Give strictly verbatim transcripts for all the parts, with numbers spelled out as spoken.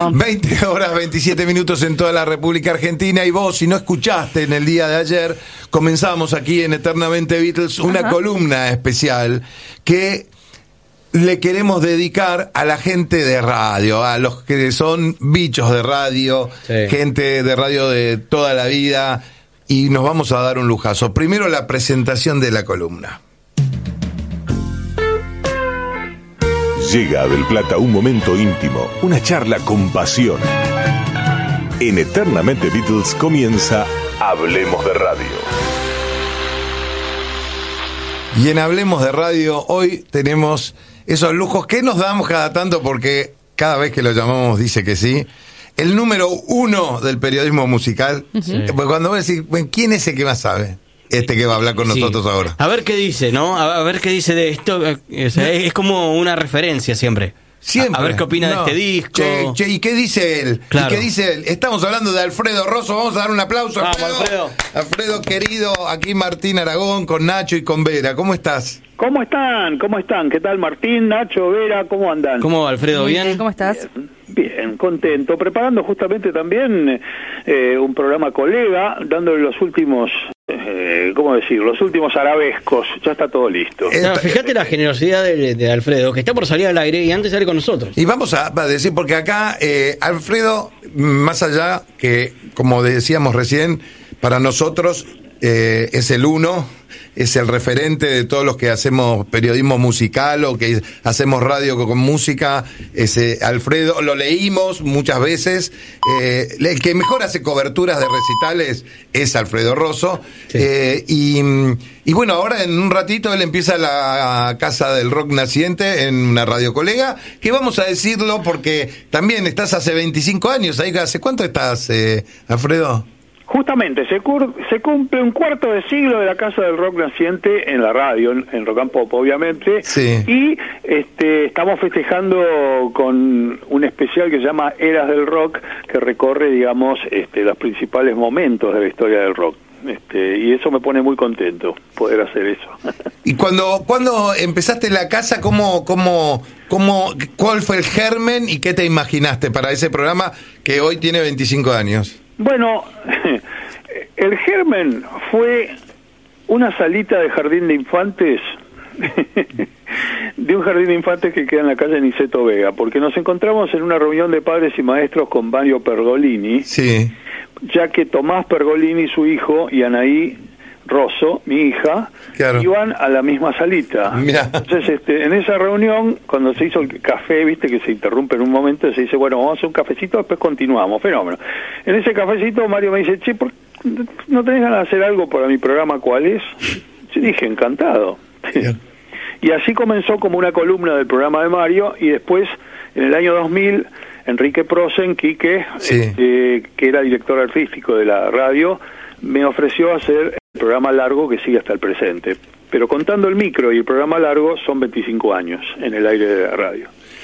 Bueno. veinte horas, veintisiete minutos en toda la República Argentina. Y vos, si no escuchaste en el día de ayer, comenzamos aquí en Eternamente Beatles una Ajá. columna especial que le queremos dedicar a la gente de radio, a los que son bichos de radio, Sí. gente de radio de toda la vida, y nos vamos a dar un lujazo. Primero la presentación de la columna. Llega a Del Plata un momento íntimo, una charla con pasión. En Eternamente Beatles comienza Hablemos de Radio. Y en Hablemos de Radio hoy tenemos esos lujos que nos damos cada tanto, porque cada vez que lo llamamos dice que sí. El número uno del periodismo musical. Sí. Pues cuando vos decís, bueno, ¿quién es el que más sabe? Este que va a hablar con Sí. nosotros ahora. A ver qué dice, ¿no? A, a ver qué dice de esto. eh, o sea, es, es como una referencia siempre. Siempre. A, a ver qué opina No. de este disco. Che, che, ¿y qué dice él? Claro. ¿Y qué dice él? Estamos hablando de Alfredo Rosso. Vamos a dar un aplauso, Vamos, Alfredo. Alfredo. Alfredo, querido, aquí Martín Aragón con Nacho y con Vera. ¿Cómo estás? ¿Cómo están? ¿Cómo están? ¿Qué tal Martín, Nacho, Vera? ¿Cómo andan? ¿Cómo va, Alfredo? Muy ¿Bien? ¿Cómo estás? Bien, bien, contento. Preparando justamente también eh, un programa colega, dándole los últimos, eh, ¿cómo decir? Los últimos arabescos. Ya está todo listo. Eh, Claro, fíjate la generosidad de, de Alfredo, que está por salir al aire y antes sale con nosotros. Y vamos a, a decir, porque acá eh, Alfredo, más allá que, como decíamos recién, para nosotros eh, es el uno, es el referente de todos los que hacemos periodismo musical o que hacemos radio con, con música. Ese Alfredo, lo leímos muchas veces. Eh, el que mejor hace coberturas de recitales es Alfredo Rosso. Sí. Eh, y, y bueno, ahora en un ratito él empieza la Casa del Rock Naciente en una radio colega, que vamos a decirlo porque también estás hace veinticinco años. Ahí, ¿hace cuánto estás, eh, Alfredo? Justamente, se, cur- se cumple un cuarto de siglo de la Casa del Rock Naciente en la radio, en, en Rock and Pop, obviamente. Sí. Y este, estamos festejando con un especial que se llama Eras del Rock, que recorre, digamos, este, los principales momentos de la historia del rock. Este, y eso me pone muy contento, poder hacer eso. Y cuando, cuando empezaste la casa, ¿cómo, cómo, cómo, ¿cuál fue el germen y qué te imaginaste para ese programa que hoy tiene veinticinco años? Bueno, el germen fue una salita de jardín de infantes, de un jardín de infantes que queda en la calle Niceto Vega, porque nos encontramos en una reunión de padres y maestros con Mario Pergolini, Sí. ya que Tomás Pergolini, su hijo, y Anaí Rosso, mi hija, Claro. iban a la misma salita. Mirá. Entonces, este, en esa reunión, cuando se hizo el café, viste que se interrumpe en un momento, se dice, bueno, vamos a hacer un cafecito, después continuamos, fenómeno. En ese cafecito Mario me dice, che, ¿por qué no tenés ganas de hacer algo para mi programa? ¿Cuál es? Yo dije, encantado. Bien. Y así comenzó como una columna del programa de Mario, y después, en el año dos mil, Enrique Prosen, Quique, Sí. este, que era director artístico de la radio, me ofreció hacer el programa largo que sigue hasta el presente. Pero contando el micro y el programa largo, son veinticinco años en el aire de la radio.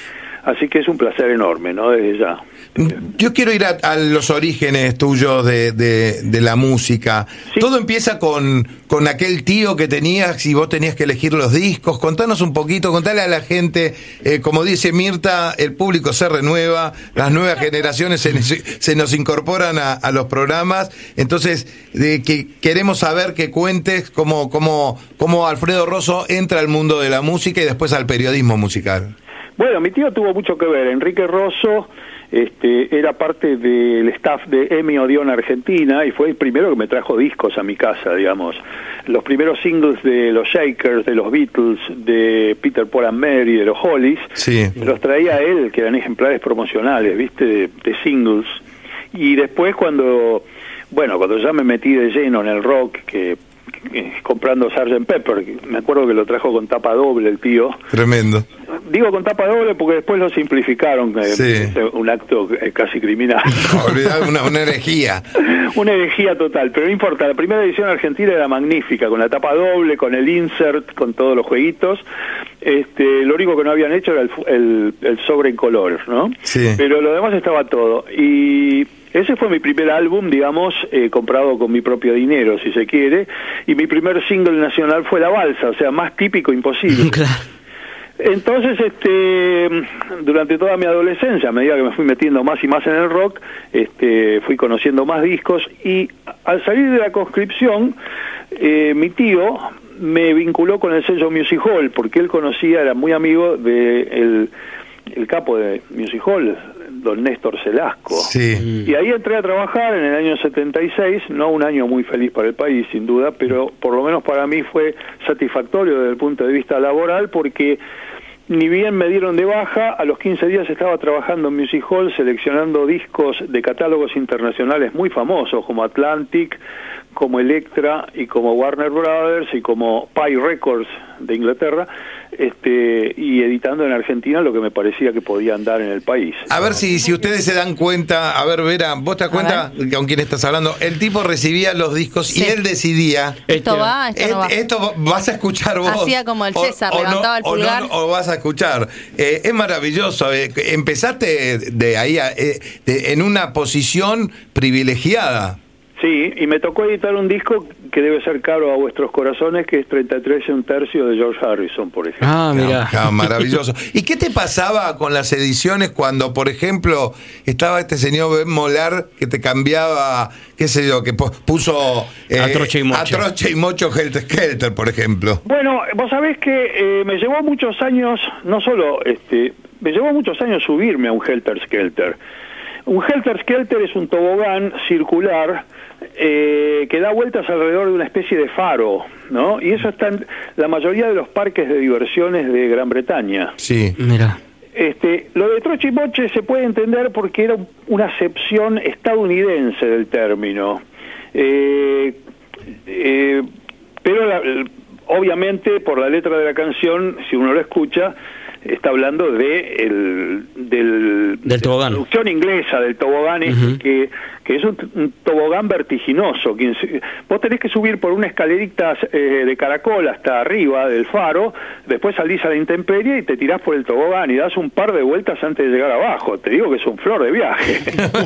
Así que es un placer enorme, ¿no? Desde ya. Yo quiero ir a, a los orígenes tuyos de, de, de la música. Sí. Todo empieza con, con aquel tío que tenías y vos tenías que elegir los discos. Contanos un poquito, contale a la gente, eh, como dice Mirta, el público se renueva, las nuevas generaciones se, se nos incorporan a, a los programas. Entonces, de que queremos saber que cuentes cómo, cómo, cómo Alfredo Rosso entra al mundo de la música y después al periodismo musical. Bueno, mi tío tuvo mucho que ver. Enrique Rosso este, era parte del staff de Emi Odeon Argentina y fue el primero que me trajo discos a mi casa, digamos. Los primeros singles de los Shakers, de los Beatles, de Peter, Paul and Mary, de los Hollies, Sí. los traía él, que eran ejemplares promocionales, ¿viste? De, de singles. Y después cuando, bueno, cuando ya me metí de lleno en el rock, que eh, comprando sergeant Pepper, me acuerdo que lo trajo con tapa doble el tío. Tremendo. Digo con tapa doble porque después lo simplificaron, eh, Sí. es un acto eh, casi criminal. Olvidar una, una herejía. Una herejía total, pero no importa, la primera edición argentina era magnífica, con la tapa doble, con el insert, con todos los jueguitos. Este, lo único que no habían hecho era el, el, el sobre en color, ¿no? Sí. Pero lo demás estaba todo. Y ese fue mi primer álbum, digamos, eh, comprado con mi propio dinero, si se quiere, y mi primer single nacional fue La Balsa, o sea, más típico imposible. Claro. Entonces, este, durante toda mi adolescencia, a medida que me fui metiendo más y más en el rock, este, fui conociendo más discos y al salir de la conscripción, eh, mi tío me vinculó con el sello Music Hall, porque él conocía, era muy amigo de el, el capo de Music Hall, don Néstor Celasco. Sí. Y ahí entré a trabajar en el año setenta y seis, no un año muy feliz para el país, sin duda, pero por lo menos para mí fue satisfactorio desde el punto de vista laboral, porque ni bien me dieron de baja, a los quince días estaba trabajando en Music Hall seleccionando discos de catálogos internacionales muy famosos, como Atlantic, como Elektra y como Warner Brothers y como Pi Records de Inglaterra, este, y editando en Argentina lo que me parecía que podía andar en el país. A ver si, si ustedes se dan cuenta, a ver, Vera, ¿vos te das cuenta con quién estás hablando? El tipo recibía los discos Sí. y él decidía... Esto va, esto no va. "Et- Esto vas a escuchar vos. Hacía como el César, o, o levantaba no, el pulgar. O, no, o vas a escuchar. Eh, es maravilloso. Eh, empezaste de ahí a, eh, de- en una posición privilegiada. Sí, y me tocó editar un disco que debe ser caro a vuestros corazones, que es treinta y tres y un tercio de George Harrison, por ejemplo. Ah, mira. Ah, maravilloso. ¿Y qué te pasaba con las ediciones cuando, por ejemplo, estaba este señor Ben Molar que te cambiaba, qué sé yo, que pu- puso eh, A troche y mocho. a troche y mocho Helter Skelter, por ejemplo? Bueno, vos sabés que eh, me llevó muchos años, no solo, este, me llevó muchos años subirme a un Helter Skelter. Un Helter Skelter es un tobogán circular eh, que da vueltas alrededor de una especie de faro, ¿no? Y eso está en la mayoría de los parques de diversiones de Gran Bretaña. Sí. Mira. Este, lo de troche y moche se puede entender porque era una acepción estadounidense del término. Eh, eh, pero la, obviamente por la letra de la canción, si uno lo escucha, está hablando de el, del, Del tobogán. de la producción inglesa del tobogán, este, Ujú. que, que es un, un tobogán vertiginoso. Quien se- vos tenés que subir por una escalerita eh, de caracol hasta arriba del faro, después salís a la intemperie y te tirás por el tobogán y das un par de vueltas antes de llegar abajo. Te digo que es un flor de viaje.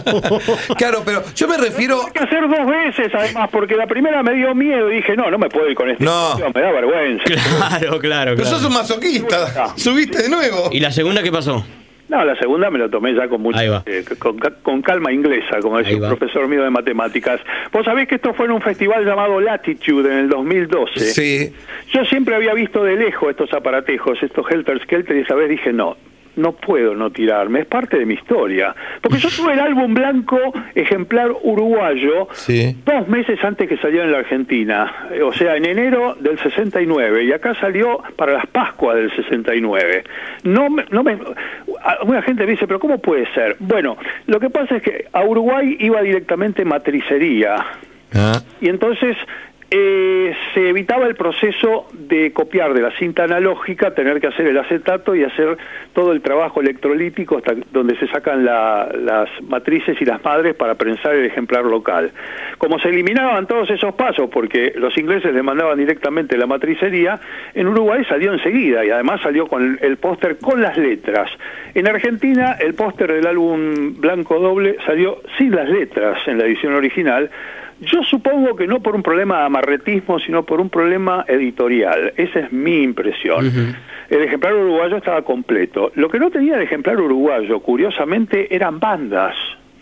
Claro, pero yo me refiero... Hay que hacer dos veces además, porque la primera me dio miedo y dije, no, no me puedo ir con este. No. Me da vergüenza. Claro, claro, Pero claro. sos un masoquista. Subiste de nuevo. ¿Y la segunda qué pasó? No, la segunda me lo tomé ya con mucho, Ahí va. eh, con, con calma inglesa, como decía Ahí un va. profesor mío de matemáticas. Vos sabés que esto fue en un festival llamado Latitude en el dos mil doce. Sí. Yo siempre había visto de lejos estos aparatejos, estos Helter Skelter, y esa vez dije, no, no puedo no tirarme, es parte de mi historia. Porque yo tuve el álbum blanco ejemplar uruguayo Sí. dos meses antes que saliera en la Argentina, eh, o sea, en enero del sesenta y nueve, y acá salió para las Pascuas del sesenta y nueve. No me, no me, alguna gente me dice, pero ¿cómo puede ser? Bueno, lo que pasa es que a Uruguay iba directamente matricería, Ah. y entonces eh, se evitaba el proceso de copiar de la cinta analógica, tener que hacer el acetato y hacer todo el trabajo electrolítico hasta donde se sacan la, las matrices y las madres para prensar el ejemplar local. Como se eliminaban todos esos pasos porque los ingleses le mandaban directamente la matricería, en Uruguay salió enseguida y además salió con el, el póster con las letras. En Argentina el póster del álbum blanco doble salió sin las letras en la edición original. Yo supongo que no por un problema de amarretismo, sino por un problema editorial. Esa es mi impresión. Ujú. El ejemplar uruguayo estaba completo. Lo que no tenía el ejemplar uruguayo, curiosamente, eran bandas.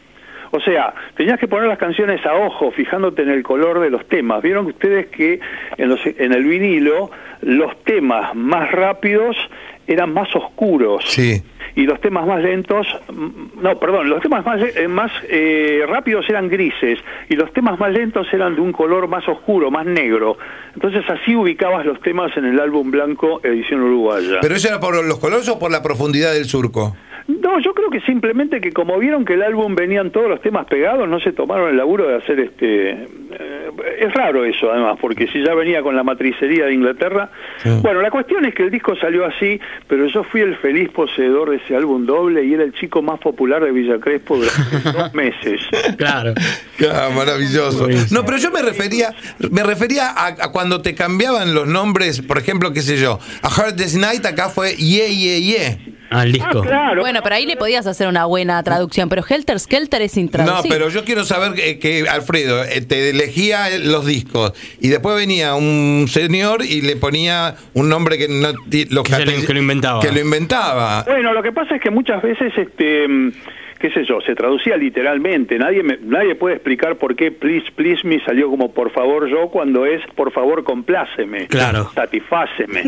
O sea, tenías que poner las canciones a ojo, fijándote en el color de los temas. Vieron ustedes que en, los, en el vinilo los temas más rápidos eran más oscuros. Sí. Y los temas más lentos, no, perdón, los temas más, eh, más eh, rápidos eran grises y los temas más lentos eran de un color más oscuro, más negro. Entonces así ubicabas los temas en el álbum blanco edición uruguaya. ¿Pero eso era por los colores o por la profundidad del surco? No, yo creo que simplemente que como vieron que el álbum venían todos los temas pegados, no se tomaron el laburo de hacer este... Eh, es raro eso además, porque si ya venía con la matricería de Inglaterra... Sí. Bueno, la cuestión es que el disco salió así, pero yo fui el feliz poseedor de ese álbum doble y era el chico más popular de Villa Crespo durante dos meses. Claro. Ah, maravilloso. Buenísimo. No, pero yo me refería, me refería a, a cuando te cambiaban los nombres, por ejemplo, qué sé yo, a Hard Day's Night acá fue Yeah, Yeah, Yeah. al disco. Ah, claro. Bueno, pero ahí le podías hacer una buena traducción, pero Helter Skelter es No, intraducible. pero yo quiero saber que, que Alfredo eh, te elegía los discos y después venía un señor y le ponía un nombre que no ti- los Que se lo- cate- que lo inventaba. que lo inventaba. Bueno, lo que pasa es que muchas veces, este, mm, qué sé yo, se traducía literalmente. Nadie me, nadie puede explicar por qué Please Please Me salió como por favor yo cuando es por favor compláceme. Claro. Satisfáceme.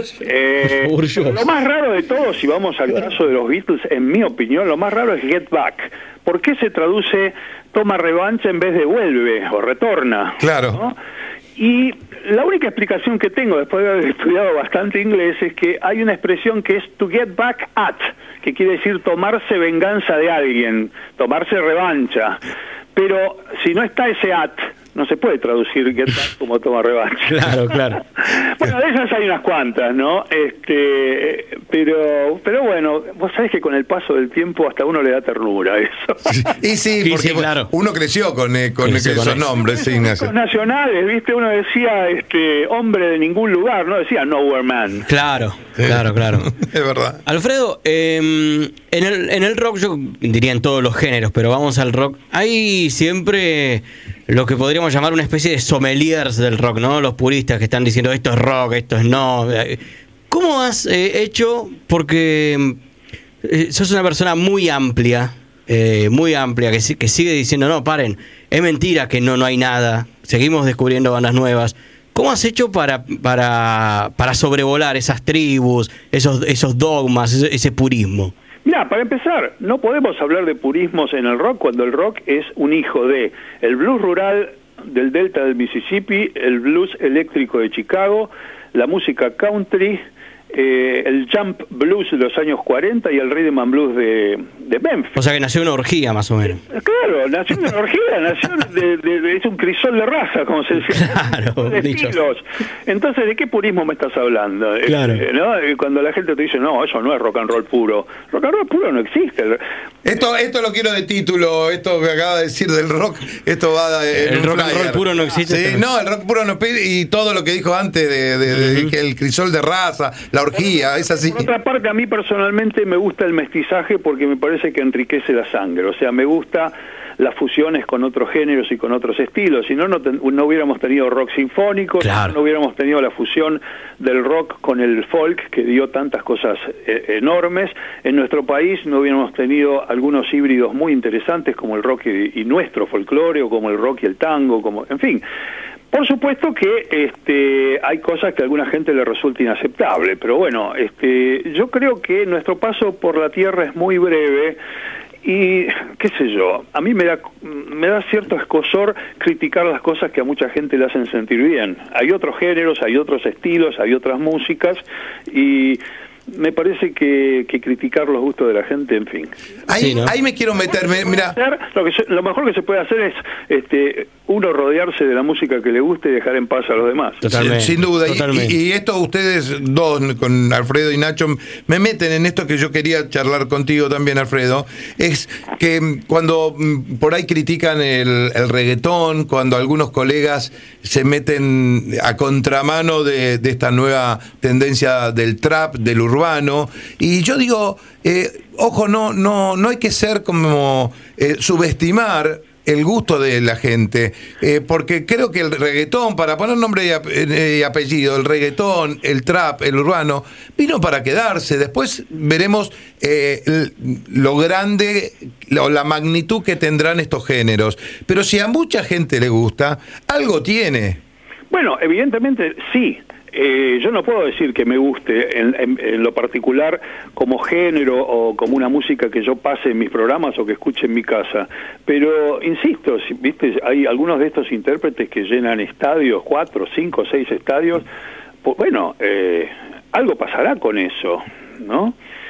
Eh, Por favor, yo. lo más raro de todo, si vamos al caso de los Beatles, en mi opinión, lo más raro es Get Back. ¿Por qué se traduce toma revancha en vez de vuelve o retorna? Claro. ¿No? Y la única explicación que tengo, después de haber estudiado bastante inglés, es que hay una expresión que es to get back at, que quiere decir tomarse venganza de alguien, tomarse revancha. Pero si no está ese at, no se puede traducir get back como toma revancha. Claro, claro. Bueno, de esas hay unas cuantas, ¿no? Este, pero, pero bueno, vos sabés que con el paso del tiempo hasta uno le da ternura eso. Y sí, Sí, porque sí, claro. uno creció con, eh, con Creció con esos eso. nombres, sí, Ignacio. Los nacionales, ¿viste? Uno decía este hombre de ningún lugar, no decía nowhere man. Claro, claro, claro. Es verdad. Alfredo, eh, en, el, en el rock, yo diría en todos los géneros, pero vamos al rock, hay siempre lo que podríamos llamar una especie de sommeliers del rock, ¿no? Los puristas que están diciendo esto es rock, esto es no. ¿Cómo has eh, hecho? Porque eh, sos una persona muy amplia, eh, muy amplia, que, si- que sigue diciendo, no, paren, es mentira que no, no hay nada, seguimos descubriendo bandas nuevas. ¿Cómo has hecho para, para, para sobrevolar esas tribus, esos, esos dogmas, ese, ese purismo? Mira, para empezar, no podemos hablar de purismos en el rock cuando el rock es un hijo de el blues rural del delta del Mississippi, el blues eléctrico de Chicago, la música country, eh, el jump blues de los años cuarenta y el rhythm and blues de, de Memphis. O sea que nació una orgía, más o menos. Claro, nació de energía, nació de, de- de- es un crisol de raza, como se decía. Claro, de dicho. estilos. Entonces, ¿de qué purismo me estás hablando? Claro. Eh, ¿no? Eh, Cuando la gente te dice, no, eso no es rock and roll puro. Rock and roll puro no existe. Esto, esto lo quiero de título, esto que acaba de decir del rock, esto va en El un rock and flyer. roll puro no existe. Sí, no, el rock puro no existe y todo lo que dijo antes de, de- de- Ujú. que el crisol de raza, la orgía, es así. Por otra parte, a mí personalmente me gusta el mestizaje porque me parece que enriquece la sangre. O sea, me gusta las fusiones con otros géneros y con otros estilos. Si no, no, ten- no hubiéramos tenido rock sinfónico, Claro. no hubiéramos tenido la fusión del rock con el folk que dio tantas cosas eh, enormes. En nuestro país no hubiéramos tenido algunos híbridos muy interesantes como el rock y, y nuestro folclore, o como el rock y el tango, como, en fin. Por supuesto que este, hay cosas que a alguna gente le resulta inaceptable, pero bueno, este, yo creo que nuestro paso por la tierra es muy breve y, qué sé yo, a mí me da, me da cierto escozor criticar las cosas que a mucha gente le hacen sentir bien. Hay otros géneros, hay otros estilos, hay otras músicas y me parece que, que criticar los gustos de la gente, en fin. Ahí, Sí, ¿no? ahí me quiero meterme, mira. Hacer, lo, que se- lo mejor que se puede hacer es este, uno rodearse de la música que le guste y dejar en paz a los demás. Totalmente, Sin duda. Y- totalmente. Y, y esto ustedes dos, con Alfredo y Nacho, me meten en esto que yo quería charlar contigo también, Alfredo. Es que mm, cuando mm, por ahí critican el, el reggaetón, cuando algunos colegas se meten a contramano de, de esta nueva tendencia del trap, del urbano, y yo digo, eh, ojo, no, no, no hay que ser como eh, subestimar el gusto de la gente, eh, porque creo que el reggaetón, para poner nombre y, ap- eh, y apellido, el reggaetón, el trap, el urbano, vino para quedarse. Después veremos eh, el- lo grande o la magnitud que tendrán estos géneros. Pero si a mucha gente le gusta, algo tiene. Bueno, evidentemente sí. Eh, yo no puedo decir que me guste en, en- en lo particular como género o como una música que yo pase en mis programas o que escuche en mi casa, pero insisto, si, viste, hay algunos de estos intérpretes que llenan estadios, cuatro, cinco, seis estadios, pues bueno, eh, algo pasará con eso, ¿no?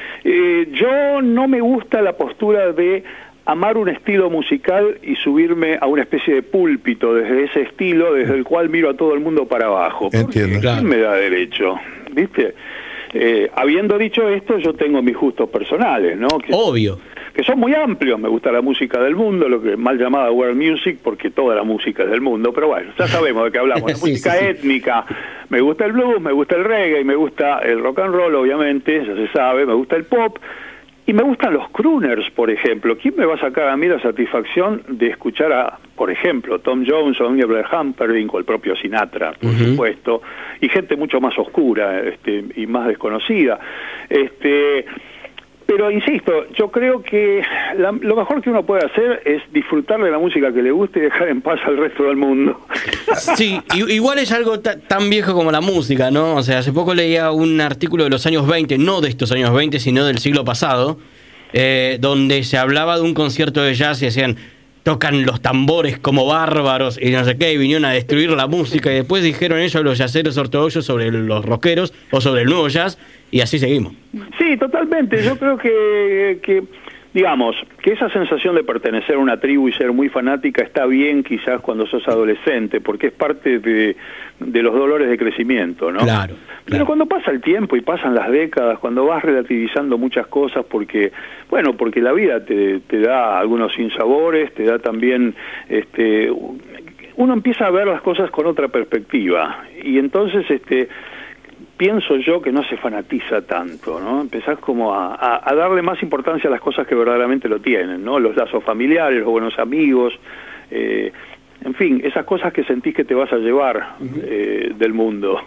Eh, yo no me gusta la postura de amar un estilo musical y subirme a una especie de púlpito desde ese estilo, desde el cual miro a todo el mundo para abajo. Porque Entiendo. Claro. ¿quién me da derecho? ¿Viste? Eh, habiendo dicho esto, yo tengo mis gustos personales, ¿no? Que- Obvio. que son muy amplios. Me gusta la música del mundo, lo que es mal llamada world music, porque toda la música es del mundo, pero bueno, ya sabemos de qué hablamos. La Sí, música sí, sí. étnica, me gusta el blues, me gusta el reggae, me gusta el rock and roll, obviamente, ya se sabe, me gusta el pop, y me gustan los crooners, por ejemplo. ¿Quién me va a sacar a mí la satisfacción de escuchar a, por ejemplo, Tom Jones o Blair Humperdinck o el propio Sinatra, por Uh-huh. supuesto, y gente mucho más oscura este, y más desconocida? Este, pero insisto, yo creo que la, lo mejor que uno puede hacer es disfrutar de la música que le guste y dejar en paz al resto del mundo. Sí, i- igual es algo ta- tan viejo como la música, ¿no? O sea, hace poco leía un artículo de los años veinte, no de estos años veinte, sino del siglo pasado, eh, donde se hablaba de un concierto de jazz y decían, tocan los tambores como bárbaros y no sé qué, y vinieron a destruir la música, y después dijeron eso los jazzeros ortodoxos sobre los rockeros o sobre el nuevo jazz, y así seguimos. Sí, totalmente. Yo creo que, que, digamos, que esa sensación de pertenecer a una tribu y ser muy fanática está bien quizás cuando sos adolescente, porque es parte de, de los dolores de crecimiento, ¿no? Claro, Pero claro. cuando pasa el tiempo y pasan las décadas, cuando vas relativizando muchas cosas, porque, bueno, porque la vida te, te da algunos sinsabores, te da también, este, uno empieza a ver las cosas con otra perspectiva, y entonces, este, pienso yo que no se fanatiza tanto, ¿no? Empezás como a, a, a darle más importancia a las cosas que verdaderamente lo tienen, ¿no? Los lazos familiares, los buenos amigos, eh, en fin, esas cosas que sentís que te vas a llevar eh, del mundo.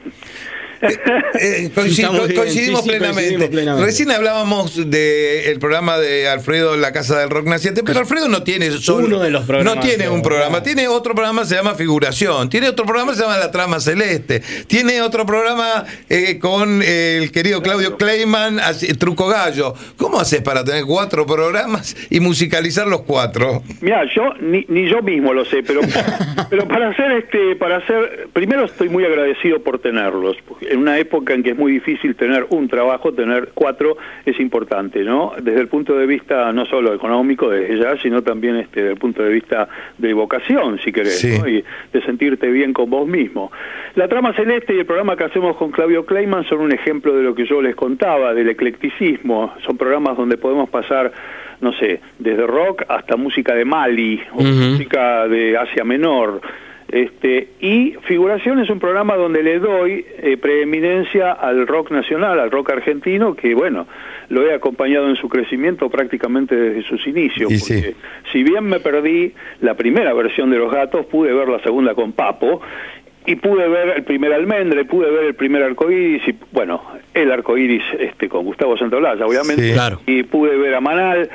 Eh, coinci- Estamos bien, coincidimos, sí, sí, plenamente. coincidimos plenamente. Recién hablábamos del programa de Alfredo en la Casa del Rock Naciente, pero Alfredo no tiene solo, Uno de los programas, no tiene un no, programa, no. tiene otro programa que se llama Figuración, tiene otro programa que se llama La Trama Celeste, tiene otro programa eh, con eh, el querido Claudio Kleiman, así, Truco Gallo. ¿Cómo haces para tener cuatro programas y musicalizar los cuatro? Mira, yo ni, ni yo mismo lo sé, pero pero para hacer este, para hacer, primero estoy muy agradecido por tenerlos, porque en una época en que es muy difícil tener un trabajo, tener cuatro es importante, ¿no? Desde el punto de vista no solo económico, desde ya, sino también este, desde el punto de vista de vocación, si querés, Sí. ¿no? Y de sentirte bien con vos mismo. La Trama Celeste y el programa que hacemos con Claudio Kleiman son un ejemplo de lo que yo les contaba, del eclecticismo. Son programas donde podemos pasar, no sé, desde rock hasta música de Mali, o Ujú. música de Asia Menor. Este, y Figuración es un programa donde le doy eh, preeminencia al rock nacional, al rock argentino, que bueno, lo he acompañado en su crecimiento prácticamente desde sus inicios. Y Porque sí. si bien me perdí la primera versión de Los Gatos, pude ver la segunda con Papo, y pude ver el primer Almendra, y pude ver el primer Arcoíris, y bueno, el Arcoíris este, con Gustavo Santaolalla, obviamente, Sí. Claro. y pude ver a Manal,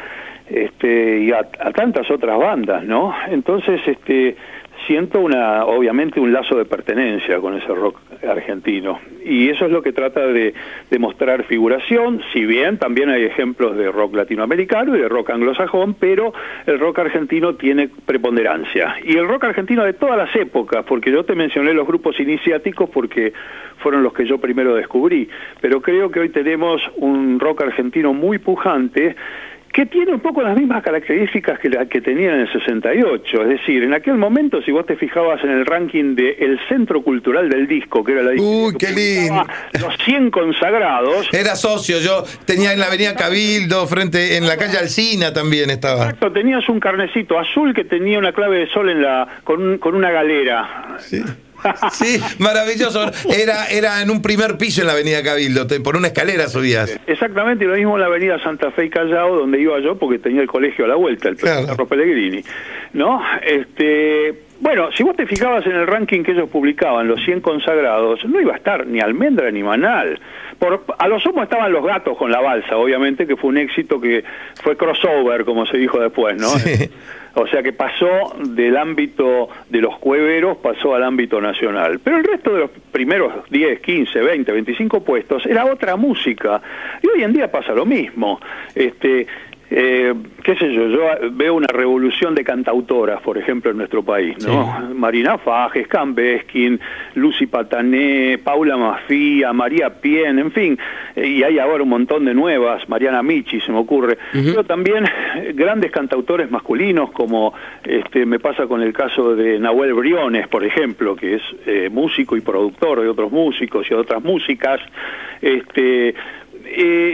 este, y a, a tantas otras bandas, ¿no? Entonces, este, siento una, obviamente, un lazo de pertenencia con ese rock argentino, y eso es lo que trata de, de mostrar Figuración, si bien también hay ejemplos de rock latinoamericano y de rock anglosajón, pero el rock argentino tiene preponderancia, y el rock argentino de todas las épocas, porque yo te mencioné los grupos iniciáticos porque fueron los que yo primero descubrí, pero creo que hoy tenemos un rock argentino muy pujante, que tiene un poco las mismas características que la que tenía en el sesenta y ocho, es decir, en aquel momento, si vos te fijabas en el ranking de el Centro Cultural del Disco, que era la Uy, que qué publicaba lindo. los cien consagrados, Era socio, yo tenía en la avenida Cabildo, frente en la calle Alsina también estaba. exacto, tenías un carnecito azul que tenía una clave de sol en la con, un- con una galera. Sí. Sí, maravilloso. Era, era en un primer piso en la avenida Cabildo, te- por una escalera subías. Exactamente, y lo mismo en la avenida Santa Fe y Callao, donde iba yo, porque tenía el colegio a la vuelta, el Claro. Cerro Pellegrini, ¿no? Este, bueno, si vos te fijabas en el ranking que ellos publicaban, los cien consagrados, no iba a estar ni Almendra ni Manal. Por, a lo sumo estaban Los Gatos con La Balsa, obviamente, que fue un éxito que fue crossover, como se dijo después, ¿no? Sí. O sea que pasó del ámbito de los cueveros, pasó al ámbito nacional. Pero el resto de los primeros diez, quince, veinte, veinticinco puestos era otra música. Y hoy en día pasa lo mismo. Este, eh, qué sé yo, yo veo una revolución de cantautoras, por ejemplo, en nuestro país, ¿no? Sí. Marina Fajes, Can Beskin, Lucy Patané, Paula Mafía, María Pien, en fin, eh, y hay ahora un montón de nuevas, Mariana Michi se me ocurre, Ujú. pero también eh, grandes cantautores masculinos, como este me pasa con el caso de Nahuel Briones, por ejemplo, que es eh, músico y productor de otros músicos y de otras músicas. Este, eh,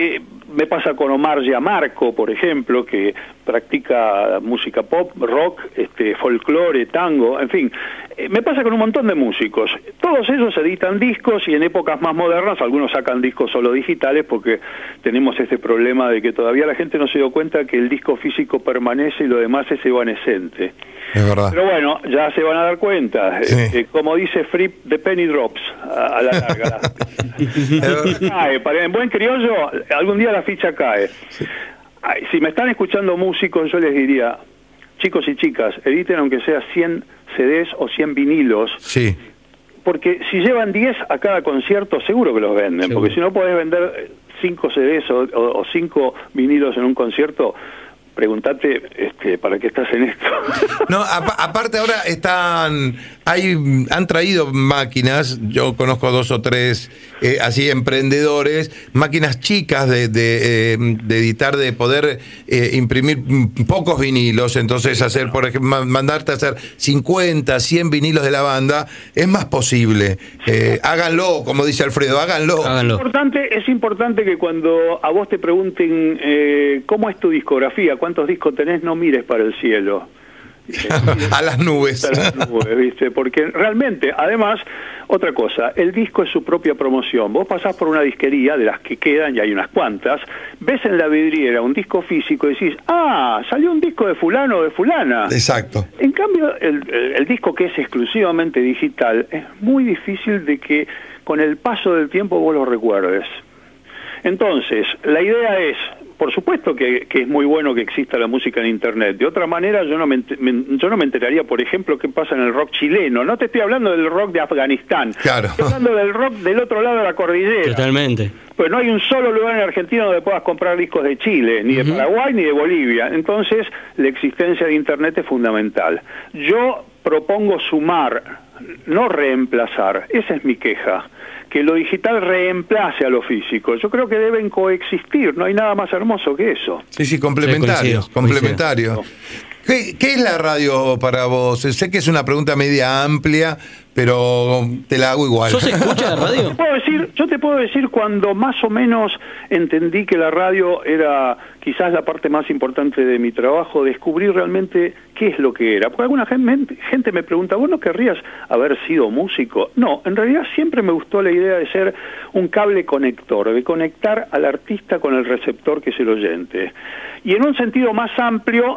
me pasa con Omar Gianmarco, por ejemplo, que practica música pop, rock, este, folclore, tango, en fin. Eh, me pasa con un montón de músicos. Todos ellos editan discos y en épocas más modernas algunos sacan discos solo digitales porque tenemos este problema de que todavía la gente no se dio cuenta que el disco físico permanece y lo demás es evanescente. Es verdad. Pero bueno, ya se van a dar cuenta. Sí. Eh, como dice Fripp, the penny drops a, a la larga. Cae, para, en buen criollo, algún día la ficha cae. Sí. Ay, si me están escuchando músicos, yo les diría, chicos y chicas, editen aunque sea cien C Ds o cien vinilos. Sí. Porque si llevan diez a cada concierto, seguro que los venden. Seguro. Porque si no podés vender cinco C Ds o, o, o cinco vinilos en un concierto, pregúntate, este, ¿para qué estás en esto? No, a, aparte ahora están, hay, han traído máquinas, yo conozco dos o tres, eh, así emprendedores, máquinas chicas de, de, eh, de editar, de poder eh, imprimir pocos vinilos, entonces hacer, por ejemplo, mandarte a hacer cincuenta, cien vinilos de la banda, es más posible. Eh, háganlo, como dice Alfredo, háganlo. háganlo. Es importante, es importante que cuando a vos te pregunten eh, ¿cómo es tu discografía? ¿Cuántos discos tenés? No mires para el cielo. A las nubes. A las nubes, ¿viste? Porque realmente, además, otra cosa, el disco es su propia promoción. Vos pasás por una disquería, de las que quedan, y hay unas cuantas, ves en la vidriera un disco físico y decís, ah, salió un disco de fulano o de fulana. Exacto. En cambio, el, el, el disco que es exclusivamente digital, es muy difícil de que con el paso del tiempo vos lo recuerdes. Entonces, la idea es, por supuesto que, que es muy bueno que exista la música en Internet. De otra manera, yo no me, me, yo no me enteraría, por ejemplo, qué pasa en el rock chileno. No te estoy hablando del rock de Afganistán. Claro. Estoy hablando del rock del otro lado de la cordillera. Totalmente. Pues no hay un solo lugar en Argentina donde puedas comprar discos de Chile, ni de uh-huh. Paraguay, ni de Bolivia. Entonces, la existencia de Internet es fundamental. Yo propongo sumar, no reemplazar. Esa es mi queja. Que lo digital reemplace a lo físico. Yo creo que deben coexistir, no hay nada más hermoso que eso. Sí, sí, complementario, sí, complementario. ¿Qué, ¿Qué es la radio para vos? Sé que es una pregunta media amplia, pero te la hago igual. ¿Sos escucha de radio? Yo te puedo decir, yo te puedo decir cuando más o menos entendí que la radio era quizás la parte más importante de mi trabajo, descubrí realmente qué es lo que era. Porque alguna gente, gente me pregunta, ¿vos no querrías haber sido músico? No, en realidad siempre me gustó la idea de ser un cable conector, de conectar al artista con el receptor que es el oyente. Y en un sentido más amplio,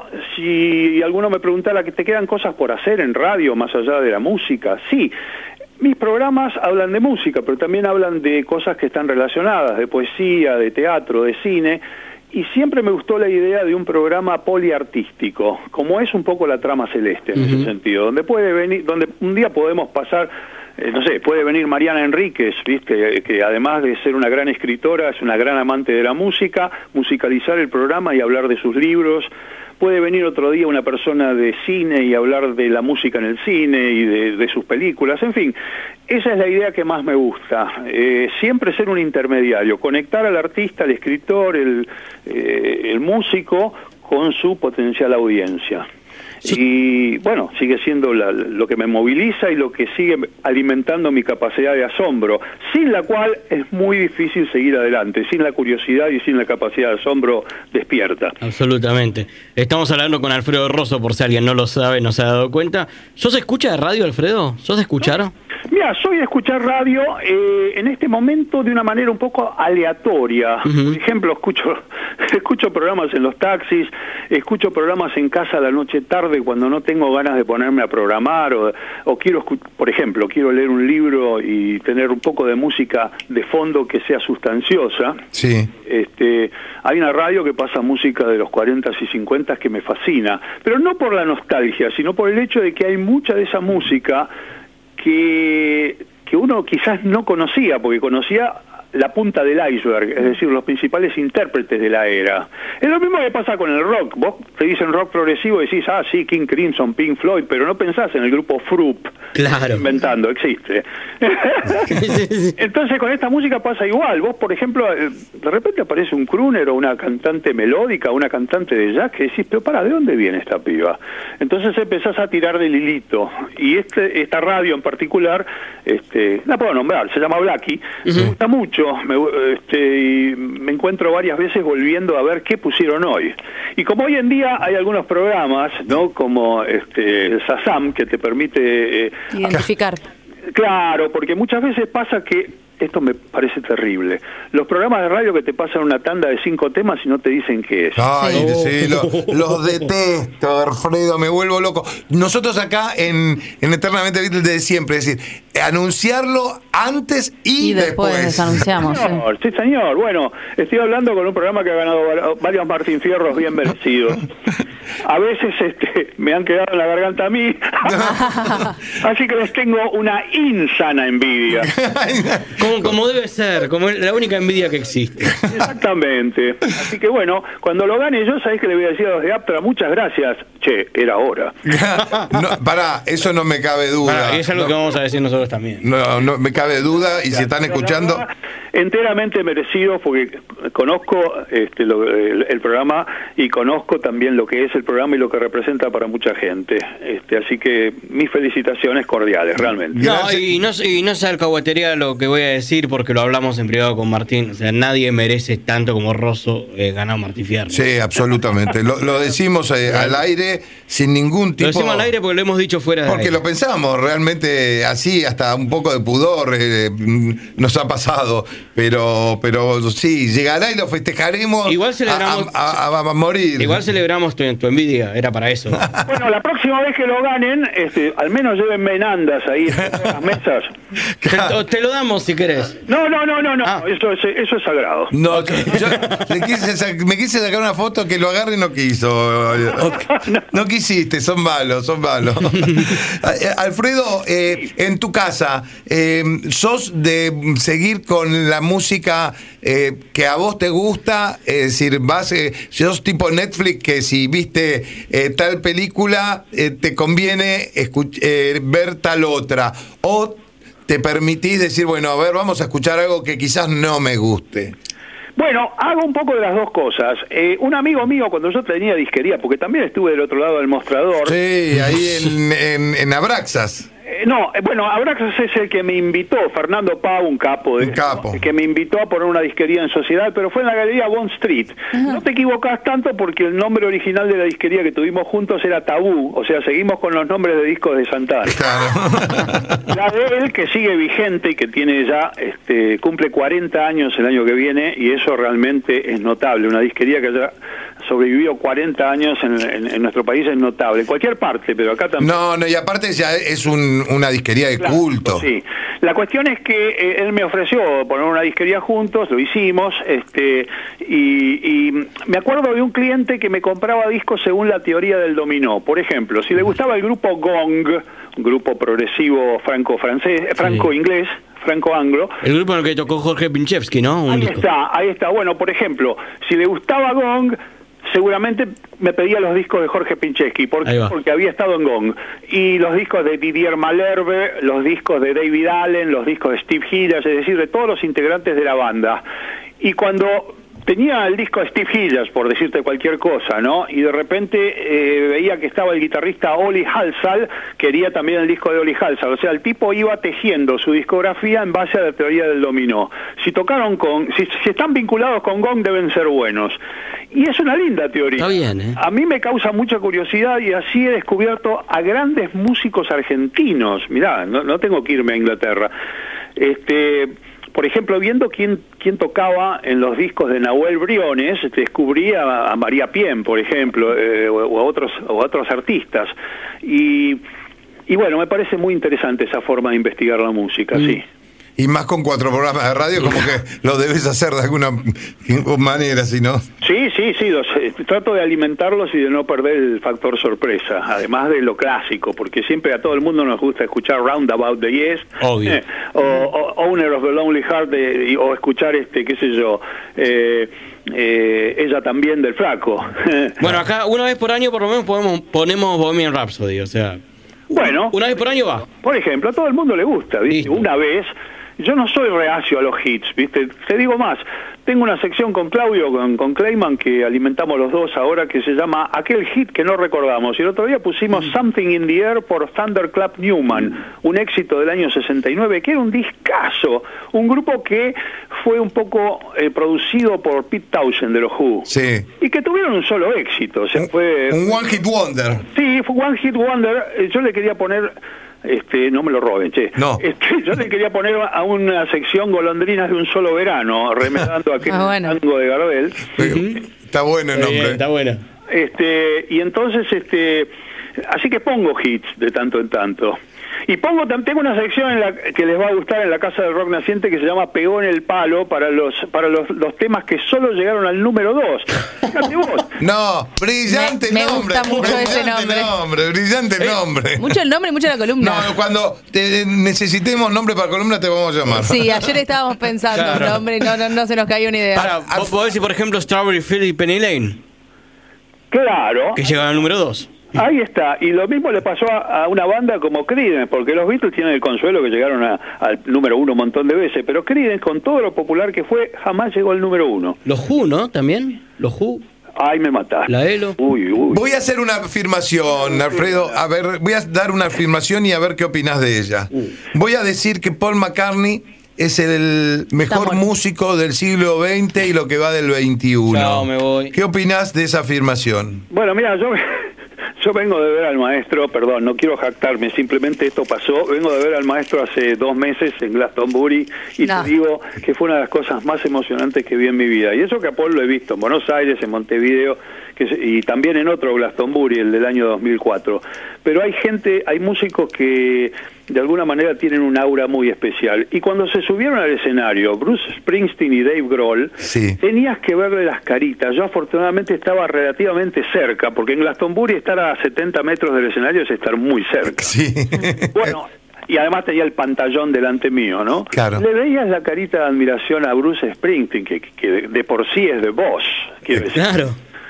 si alguno me preguntara que te quedan cosas por hacer en radio más allá de la música, sí. Mis programas hablan de música, pero también hablan de cosas que están relacionadas, de poesía, de teatro, de cine, y siempre me gustó la idea de un programa poliartístico, como es un poco la Trama Celeste en uh-huh. ese sentido, donde puede venir, donde un día podemos pasar, eh, no sé, puede venir Mariana Enríquez, viste, que además de ser una gran escritora, es una gran amante de la música, musicalizar el programa y hablar de sus libros. Puede venir otro día una persona de cine y hablar de la música en el cine y de, de sus películas, en fin, esa es la idea que más me gusta, eh, siempre ser un intermediario, conectar al artista, al escritor, el, eh, el músico con su potencial audiencia. Sí. Y bueno, sigue siendo la, lo que me moviliza y lo que sigue alimentando mi capacidad de asombro, sin la cual es muy difícil seguir adelante, sin la curiosidad y sin la capacidad de asombro despierta. Absolutamente. Estamos hablando con Alfredo Rosso, por si alguien no lo sabe, no se ha dado cuenta. ¿Sos escucha de radio, Alfredo? ¿Sos de escuchar? ¿No? Mira, soy de escuchar radio eh, en este momento de una manera un poco aleatoria. Uh-huh. Por ejemplo, escucho escucho programas en los taxis, escucho programas en casa a la noche tarde cuando no tengo ganas de ponerme a programar o, o quiero, por ejemplo, quiero leer un libro y tener un poco de música de fondo que sea sustanciosa. Sí. Este, hay una radio que pasa música de los cuarenta y cincuenta que me fascina, pero no por la nostalgia, sino por el hecho de que hay mucha de esa música que, que uno quizás no conocía, porque conocía la punta del iceberg, es decir, los principales intérpretes de la era. Es lo mismo que pasa con el rock. Vos te dicen rock progresivo y decís, ah, sí, King Crimson, Pink Floyd, pero no pensás en el grupo Frupp. Claro. Inventando, existe. Entonces con esta música pasa igual. Vos, por ejemplo, de repente aparece un crooner o una cantante melódica, una cantante de jazz, que decís, pero para, ¿de dónde viene esta piba? Entonces empezás a tirar del hilito. Y este esta radio en particular, este, la puedo nombrar, se llama Blackie, uh-huh. me gusta mucho, mucho, me, este, y me encuentro varias veces volviendo a ver qué pusieron hoy. Y como hoy en día hay algunos programas, ¿no? Como este, el Shazam, que te permite... Eh, identificar. Claro, porque muchas veces pasa que... Esto me parece terrible. Los programas de radio que te pasan una tanda de cinco temas y no te dicen qué es. Ay, sí, lo, los detesto, Alfredo, me vuelvo loco. Nosotros acá en, en Eternamente Beatles de siempre, es decir, anunciarlo antes y, y después. después desanunciamos. Señor, sí. sí, señor. Bueno, estoy hablando con un programa que ha ganado varios Martín Fierros bien merecidos. A veces este, me han quedado en la garganta a mí. Así que les tengo una insana envidia. Como, como debe ser, como la única envidia que existe. Exactamente. Así que bueno, cuando lo gane yo, ¿sabés que le voy a decir a los de Aptra? Muchas gracias. Che, era hora. No, pará, eso no me cabe duda. Pará, es algo no, que vamos a decir nosotros también. No, no me cabe duda, y si están escuchando... Enteramente merecido, porque conozco este, lo, el, el programa y conozco también lo que es el programa y lo que representa para mucha gente. Este, así que mis felicitaciones cordiales, realmente. No, y no, y no se alcahuetería lo que voy a decir, porque lo hablamos en privado con Martín. O sea, nadie merece tanto como Rosso eh, ganar Martín Fierro. Sí, absolutamente. Lo, lo decimos eh, al aire sin ningún tipo... Lo decimos al aire porque lo hemos dicho fuera de Porque aire. lo pensamos realmente así, hasta un poco de pudor eh, nos ha pasado. Pero pero sí, llegará y lo festejaremos. Igual celebramos a, a, a, a morir. Igual celebramos tu, tu envidia, era para eso. Bueno, la próxima vez que lo ganen, este, al menos llévenme en andas ahí en las mesas. Te, te lo damos si querés. No, no, no, no, no. Ah. Eso, es, eso es sagrado. No, okay. yo le quise sac- me quise sacar una foto que lo agarre y no quiso. Okay. No quisiste, son malos, son malos. Alfredo, eh, en tu casa, eh, ¿sos de seguir con la música eh, que a vos te gusta? Es decir, vas, eh, sos tipo Netflix, que si viste eh, tal película, eh, te conviene escuch- eh, ver tal otra. O te permitís decir, bueno, a ver, vamos a escuchar algo que quizás no me guste. Bueno, hago un poco de las dos cosas. Eh, un amigo mío, cuando yo tenía disquería, porque también estuve del otro lado del mostrador. Sí, ahí en, en, en Abraxas. Eh, no, eh, bueno, Abraxas es el que me invitó, Fernando Pau, un capo, de, un capo. El que me invitó a poner una disquería en sociedad, pero fue en la galería Bond Street. Uh-huh. No te equivocás tanto, porque el nombre original de la disquería que tuvimos juntos era Tabú, o sea, seguimos con los nombres de discos de Santana. Claro. La de él, que sigue vigente y que tiene ya, este, cumple cuarenta años el año que viene, y eso realmente es notable. Una disquería que haya sobrevivido cuarenta años en, en, en nuestro país es notable, en cualquier parte, pero acá también. No, no, y aparte ya es un, una disquería de claro, culto. Sí. La cuestión es que eh, él me ofreció poner una disquería juntos, lo hicimos, este, y, y me acuerdo de un cliente que me compraba discos según la teoría del dominó. Por ejemplo, si le gustaba el grupo Gong, un grupo progresivo franco-francés, franco-inglés, franco-anglo. El grupo en el que tocó Jorge Pinchevsky, ¿no? Un ahí disco. está, ahí está. Bueno, por ejemplo, si le gustaba Gong, seguramente me pedía los discos de Jorge Pinchevsky, porque, porque había estado en Gong. Y los discos de Didier Malherbe, los discos de David Allen, los discos de Steve Hillas, es decir, de todos los integrantes de la banda. Y cuando tenía el disco de Steve Hillas, por decirte cualquier cosa, ¿no? Y de repente eh, veía que estaba el guitarrista Olli Halsall, quería también el disco de Olli Halsall. O sea, el tipo iba tejiendo su discografía en base a la teoría del dominó. Si tocaron con, si, si están vinculados con Gong, deben ser buenos. Y es una linda teoría. Está bien, ¿eh? A mí me causa mucha curiosidad y así he descubierto a grandes músicos argentinos. Mirá, no, no tengo que irme a Inglaterra. Este... Por ejemplo, viendo quién quién tocaba en los discos de Nahuel Briones, descubrí a, a María Pien, por ejemplo, eh, o, o a otros o a otros artistas. Y, y bueno, me parece muy interesante esa forma de investigar la música, mm. sí. Y más con cuatro programas de radio, como que lo debes hacer de alguna manera, si no. Sí, sí, sí, los, eh, trato de alimentarlos y de no perder el factor sorpresa, además de lo clásico, porque siempre a todo el mundo nos gusta escuchar Roundabout de Yes, eh, o, o Owner of the Lonely Heart, de, o escuchar, este, qué sé yo, eh, eh, ella también del Flaco. Bueno, acá una vez por año por lo menos podemos, ponemos Bohemian Rhapsody, o sea... Bueno, una vez por año va. Por ejemplo, a todo el mundo le gusta, ¿viste? Una vez... yo no soy reacio a los hits, ¿viste? Te digo más, tengo una sección con Claudio, con, con Clayman, que alimentamos los dos ahora, que se llama Aquel Hit que no recordamos. Y el otro día pusimos Something in the Air por Thunderclap Newman, un éxito del año sesenta y nueve, que era un discazo, un grupo que fue un poco eh, producido por Pete Townshend de los Who. Sí. Y que tuvieron un solo éxito. O sea, un, fue un One Hit Wonder. Sí, fue One Hit Wonder. Eh, yo le quería poner... Este, no me lo roben, che. No. Este, yo le quería poner a una sección golondrinas de un solo verano, remedando aquel ah, bueno. tango de Gardel. Uh-huh. Está bueno el nombre. Bien, está bueno. Este, y entonces, este, así que pongo hits de tanto en tanto. Y pongo, tengo una sección en la que les va a gustar en la Casa del Rock Naciente que se llama Pegó en el Palo para los para los, los temas que solo llegaron al número dos. Fíjate vos. No, brillante me, me nombre. gusta mucho brillante ese nombre. nombre. Brillante Eh, nombre. Mucho el nombre y mucho la columna. No, cuando te, necesitemos nombre para columna te vamos a llamar. Sí, ayer estábamos pensando Claro. un nombre y no, no, no se nos cayó una idea. Ahora, vos podés decir, por ejemplo, Strawberry Field y Penny Lane, Claro. que llegan al número dos. Ahí está, y lo mismo le pasó a, a una banda como Creedence, porque los Beatles tienen el consuelo que llegaron a- al número uno un montón de veces, pero Creedence, con todo lo popular que fue, jamás llegó al número uno. Los Who, ¿no? También. Los Who. Ay, me mataste. La Elo. Uy, uy. Voy a hacer una afirmación, Alfredo. A ver, voy a dar una afirmación y a ver qué opinás de ella. Voy a decir que Paul McCartney es el mejor Está bueno. músico del siglo veinte y lo que va del veintiuno. Chao, me voy. ¿Qué opinás de esa afirmación? Bueno, mira, yo, yo vengo de ver al maestro, perdón, no quiero jactarme, simplemente esto pasó, vengo de ver al maestro hace dos meses en Glastonbury y No. te digo que fue una de las cosas más emocionantes que vi en mi vida. Y eso que a Paul lo he visto en Buenos Aires, en Montevideo, que se- y también en otro Glastonbury, el del año dos mil cuatro. Pero hay gente, hay músicos que de alguna manera tienen un aura muy especial. Y cuando se subieron al escenario, Bruce Springsteen y Dave Grohl, Sí. tenías que verle las caritas. Yo afortunadamente estaba relativamente cerca, porque en Glastonbury estar a setenta metros del escenario es estar muy cerca. Sí. Bueno, y además tenía el pantallón delante mío, ¿no? Claro. Le veías la carita de admiración a Bruce Springsteen, que, que de, de por sí es de voz, quiero decir. Claro.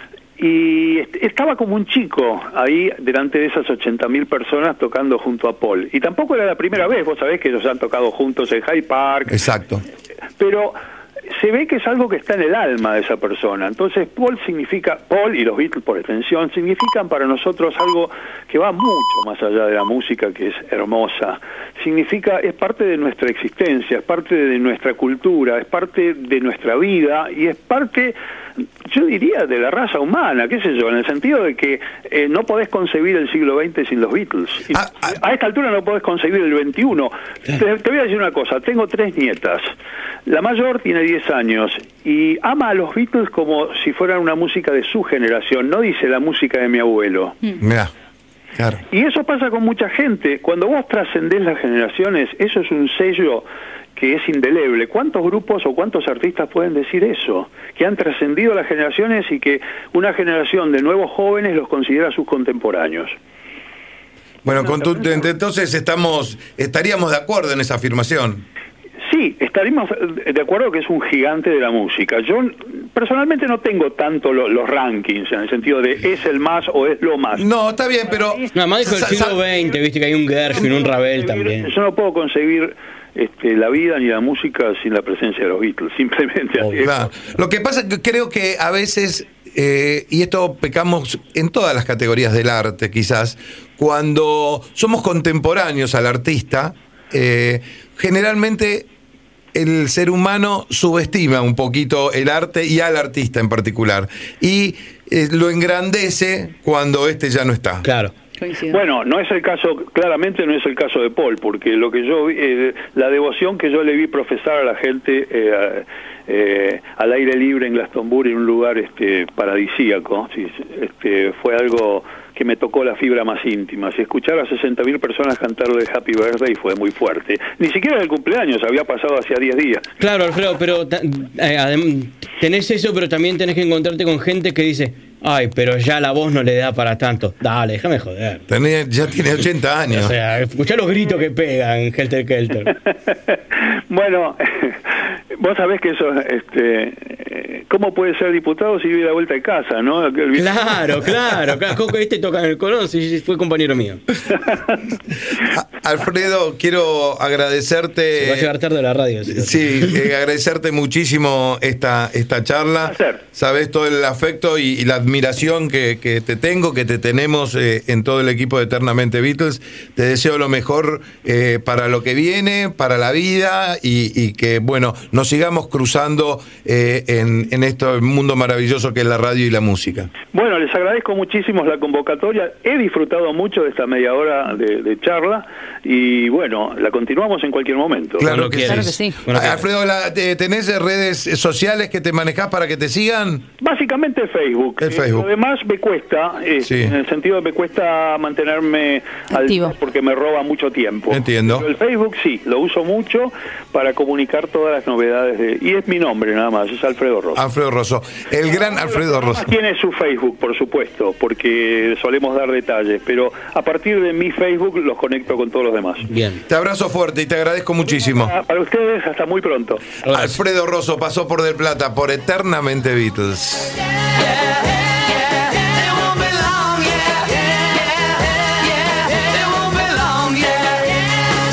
Y est- estaba como un chico ahí delante de esas ochenta mil personas tocando junto a Paul. Y tampoco era la primera vez, vos sabés que ellos han tocado juntos en Hyde Park, Exacto. pero se ve que es algo que está en el alma de esa persona. Entonces Paul significa, Paul y los Beatles por extensión, significan para nosotros algo que va mucho más allá de la música, que es hermosa. Significa, es parte de nuestra existencia, es parte de nuestra cultura, es parte de nuestra vida y es parte, yo diría, de la raza humana, qué sé yo, en el sentido de que eh, no podés concebir el siglo veinte sin los Beatles. Y Ah, ah. a esta altura no podés concebir el veintiuno. Te, te voy a decir una cosa, tengo tres nietas. La mayor tiene diez años y ama a los Beatles como si fueran una música de su generación, no dice la música de mi abuelo. Mirá. Claro. Y eso pasa con mucha gente. Cuando vos trascendés las generaciones, eso es un sello que es indeleble. ¿Cuántos grupos o cuántos artistas pueden decir eso? Que han trascendido las generaciones y que una generación de nuevos jóvenes los considera sus contemporáneos. Bueno, con tu- entonces estamos, estaríamos de acuerdo en esa afirmación. Sí, estaríamos de acuerdo que es un gigante de la música. Yo personalmente no tengo tanto lo- los rankings, en el sentido de es el más o es lo más. No, está bien, pero... Nada más dijo el Sa- siglo sa- veinte, viste que hay un Gershwin, un Ravel también. Yo no puedo concebir este, la vida ni la música sin la presencia de los Beatles, simplemente así. es. Claro. Lo que pasa es que creo que a veces, eh, y esto pecamos en todas las categorías del arte quizás, cuando somos contemporáneos al artista, eh, generalmente el ser humano subestima un poquito el arte y al artista en particular, y eh, lo engrandece cuando este ya no está. Claro. Coincido. Bueno, no es el caso, claramente no es el caso de Paul, porque lo que yo vi, eh, la devoción que yo le vi profesar a la gente eh, eh, al aire libre en Glastonbury, en un lugar este, paradisíaco, sí, este, fue algo que me tocó la fibra más íntima. Si escuchar a sesenta mil personas cantarle Happy Birthday fue muy fuerte. Ni siquiera el cumpleaños, había pasado hacía diez días. Claro, Alfredo, pero ta- eh, adem- tenés eso, pero también tenés que encontrarte con gente que dice, ay, pero ya la voz no le da para tanto. Dale, déjame joder. Tenía- ya tiene ochenta años. O sea, escuchá los gritos que pegan en Helter Kelter. Bueno, vos sabés que eso, este, eh, ¿cómo puede ser diputado si vive a la vuelta de casa, no? Claro, claro, claro. Coco, este toca en el Colón, sí, fue compañero mío. Alfredo, quiero agradecerte. Se va a llegar tarde a la radio. Sí, sí eh, agradecerte muchísimo esta, esta charla. Sabes todo el afecto y, y la admiración que, que te tengo, que te tenemos eh, en todo el equipo de Eternamente Beatles. Te deseo lo mejor eh, para lo que viene, para la vida y, y que, bueno, nos sigamos cruzando eh, en, en este mundo maravilloso que es la radio y la música. Bueno, les agradezco muchísimo la convocatoria. He disfrutado mucho de esta media hora de, de charla y, bueno, la continuamos en cualquier momento. Claro que, claro que sí. Bueno, Alfredo, la, ¿tenés redes sociales que te manejás para que te sigan? Básicamente Facebook. El Facebook. Eh, lo demás me cuesta, eh, Sí. en el sentido de me cuesta mantenerme Activo. al porque me roba mucho tiempo. Entiendo. Pero el Facebook sí, lo uso mucho para comunicar todas las novedades de, y es mi nombre nada más, es Alfredo Rosso. Alfredo Rosso. El gran Alfredo Rosso. Tiene su Facebook, por supuesto, porque solemos dar detalles, pero a partir de mi Facebook los conecto con todos los demás. Bien. Te abrazo fuerte y te agradezco muchísimo. Ah, Para ustedes, hasta muy pronto. Alfredo Rosso pasó por Del Plata por Eternamente Beatles.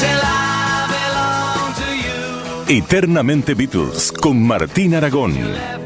Eternamente Beatles con Martín Aragón.